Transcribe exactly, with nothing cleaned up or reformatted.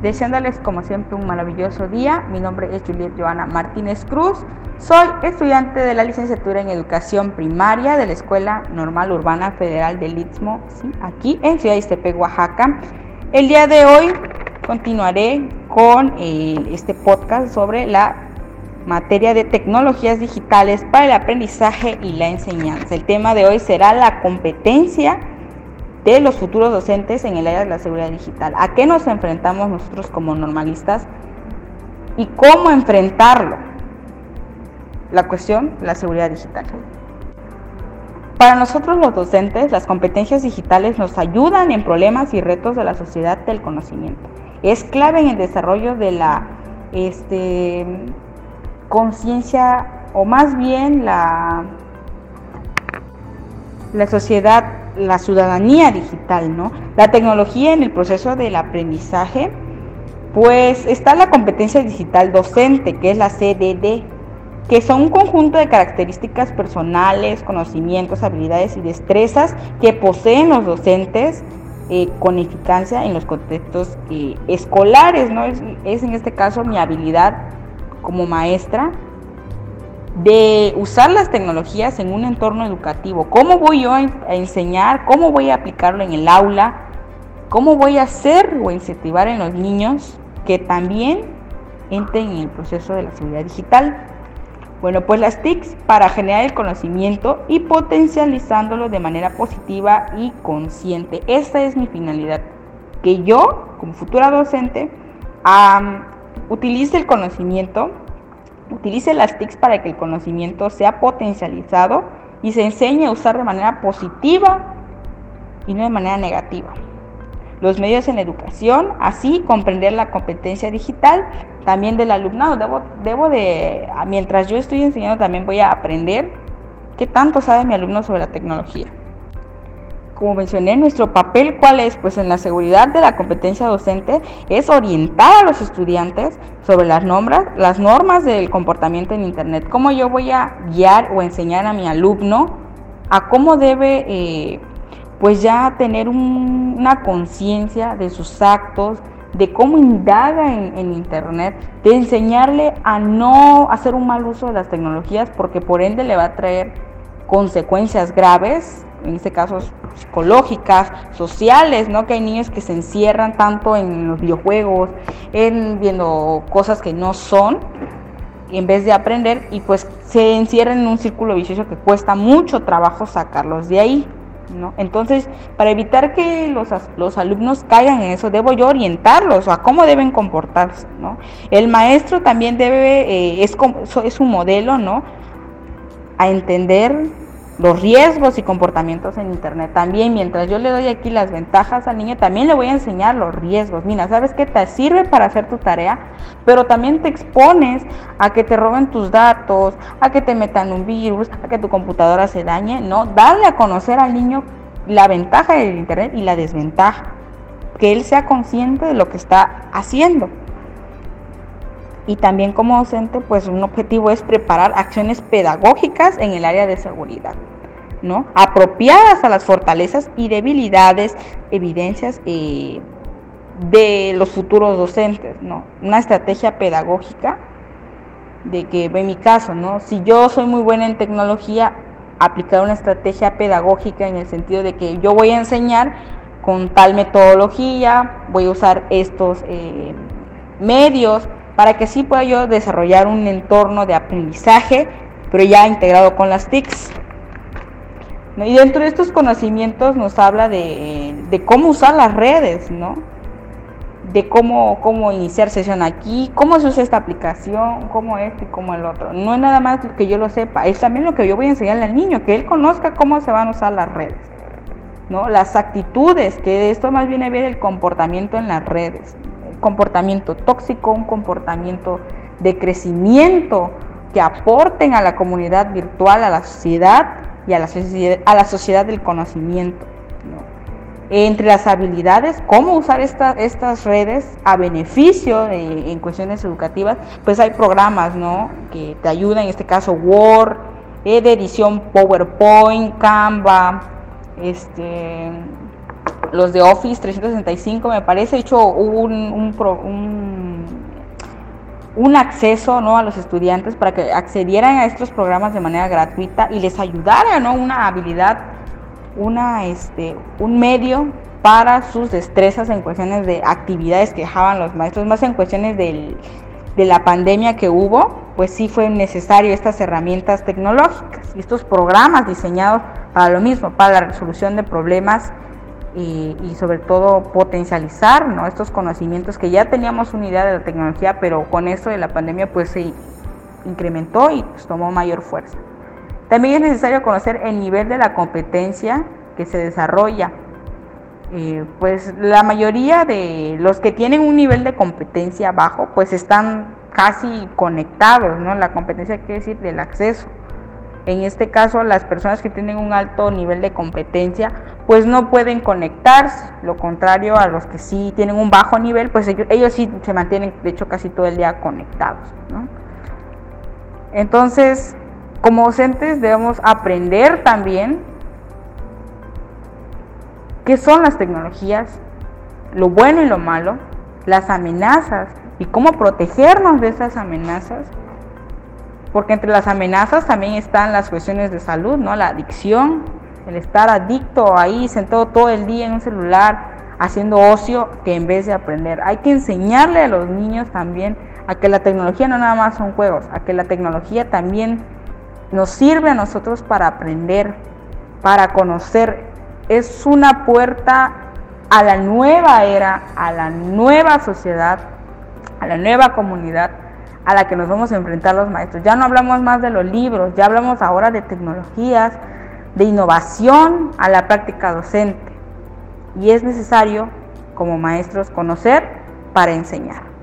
deseándoles como siempre un maravilloso día. Mi nombre es Juliet Joana Martínez Cruz, soy estudiante de la licenciatura en Educación Primaria de la Escuela Normal Urbana Federal del Istmo, ¿sí? Aquí en Ciudad Ixtepec, Oaxaca. El día de hoy continuaré con eh, este podcast sobre la materia de tecnologías digitales para el aprendizaje y la enseñanza. El tema de hoy será la competencia de los futuros docentes en el área de la seguridad digital. ¿A qué nos enfrentamos nosotros como normalistas y cómo enfrentarlo? La cuestión de la seguridad digital. Para nosotros los docentes, las competencias digitales nos ayudan en problemas y retos de la sociedad del conocimiento. Es clave en el desarrollo de la este, conciencia, o más bien la, la sociedad, la ciudadanía digital, ¿no? La tecnología en el proceso del aprendizaje, pues está la competencia digital docente, que es la C D D, que son un conjunto de características personales, conocimientos, habilidades y destrezas que poseen los docentes eh, con eficacia en los contextos eh, escolares, ¿no? Es, es en este caso mi habilidad como maestra de usar las tecnologías en un entorno educativo. ¿Cómo voy yo a enseñar? ¿Cómo voy a aplicarlo en el aula? ¿Cómo voy a hacer o incentivar en los niños que también entren en el proceso de la seguridad digital? Bueno, pues las T I Cs para generar el conocimiento y potencializándolo de manera positiva y consciente. Esta es mi finalidad, que yo, como futura docente, um, utilice el conocimiento, utilice las T I Cs para que el conocimiento sea potencializado y se enseñe a usar de manera positiva y no de manera negativa los medios en educación, así comprender la competencia digital también del alumnado. Debo, debo de, mientras yo estoy enseñando, también voy a aprender qué tanto sabe mi alumno sobre la tecnología. Como mencioné, nuestro papel, ¿cuál es? Pues en la seguridad de la competencia docente es orientar a los estudiantes sobre las normas, las normas del comportamiento en Internet. Cómo yo voy a guiar o enseñar a mi alumno a cómo debe eh, pues ya tener un, una conciencia de sus actos, de cómo indaga en, en Internet, de enseñarle a no hacer un mal uso de las tecnologías, porque por ende le va a traer consecuencias graves, en este caso psicológicas, sociales, ¿no? Que hay niños que se encierran tanto en los videojuegos, en viendo cosas que no son, en vez de aprender, y pues se encierran en un círculo vicioso que cuesta mucho trabajo sacarlos de ahí, ¿no? Entonces, para evitar que los, los alumnos caigan en eso, debo yo orientarlos a cómo deben comportarse, ¿no? El maestro también debe, eh, es, es un modelo, ¿no? A entender los riesgos y comportamientos en Internet. También, mientras yo le doy aquí las ventajas al niño, también le voy a enseñar los riesgos. Mira, ¿sabes qué? Te sirve para hacer tu tarea, pero también te expones a que te roben tus datos, a que te metan un virus, a que tu computadora se dañe, ¿no? Darle a conocer al niño la ventaja del Internet y la desventaja, que él sea consciente de lo que está haciendo. Y también como docente, pues un objetivo es preparar acciones pedagógicas en el área de seguridad, ¿no? Apropiadas a las fortalezas y debilidades, evidencias eh, de los futuros docentes, ¿no? Una estrategia pedagógica de que, en mi caso, ¿no? Si yo soy muy buena en tecnología, aplicar una estrategia pedagógica en el sentido de que yo voy a enseñar con tal metodología, voy a usar estos eh, medios, para que así pueda yo desarrollar un entorno de aprendizaje, pero ya integrado con las T I Cs. ¿No? Y dentro de estos conocimientos nos habla de, de cómo usar las redes, ¿no? De cómo, cómo iniciar sesión aquí, cómo se usa esta aplicación, cómo esto y cómo el otro. No es nada más que yo lo sepa, es también lo que yo voy a enseñarle al niño, que él conozca cómo se van a usar las redes, ¿no? Las actitudes, que esto más viene a ver el comportamiento en las redes. Comportamiento tóxico, un comportamiento de crecimiento que aporten a la comunidad virtual, a la sociedad y a la sociedad, a la sociedad del conocimiento, ¿no? Entre las habilidades, cómo usar esta, estas redes a beneficio de, en cuestiones educativas, pues hay programas, ¿no? Que te ayudan, en este caso Word, de edición PowerPoint, Canva, este los de Office trescientos sesenta y cinco, me parece, hecho un, un, un, un acceso, ¿no?, a los estudiantes para que accedieran a estos programas de manera gratuita y les ayudara, ¿no?, una habilidad, una, este, un medio para sus destrezas en cuestiones de actividades que dejaban los maestros, más en cuestiones del, de la pandemia que hubo, pues sí fue necesario estas herramientas tecnológicas y estos programas diseñados para lo mismo, para la resolución de problemas y, y sobre todo potencializar, ¿no?, estos conocimientos que ya teníamos una idea de la tecnología, pero con esto de la pandemia pues se incrementó y pues tomó mayor fuerza. También es necesario conocer el nivel de la competencia que se desarrolla. Eh, pues la mayoría de los que tienen un nivel de competencia bajo pues están casi conectados, ¿no? La competencia quiere decir del acceso. En este caso, las personas que tienen un alto nivel de competencia pues no pueden conectarse, lo contrario a los que sí tienen un bajo nivel, pues ellos, ellos sí se mantienen de hecho casi todo el día conectados, ¿no? Entonces, como docentes debemos aprender también qué son las tecnologías, lo bueno y lo malo, las amenazas y cómo protegernos de esas amenazas, porque entre las amenazas también están las cuestiones de salud, ¿no? La adicción, el estar adicto ahí sentado todo el día en un celular haciendo ocio que en vez de aprender. Hay que enseñarle a los niños también a que la tecnología no nada más son juegos, a que la tecnología también nos sirve a nosotros para aprender, para conocer. Es una puerta a la nueva era, a la nueva sociedad, a la nueva comunidad a la que nos vamos a enfrentar los maestros. Ya no hablamos más de los libros, ya hablamos ahora de tecnologías, de innovación a la práctica docente. Y es necesario, como maestros, conocer para enseñar.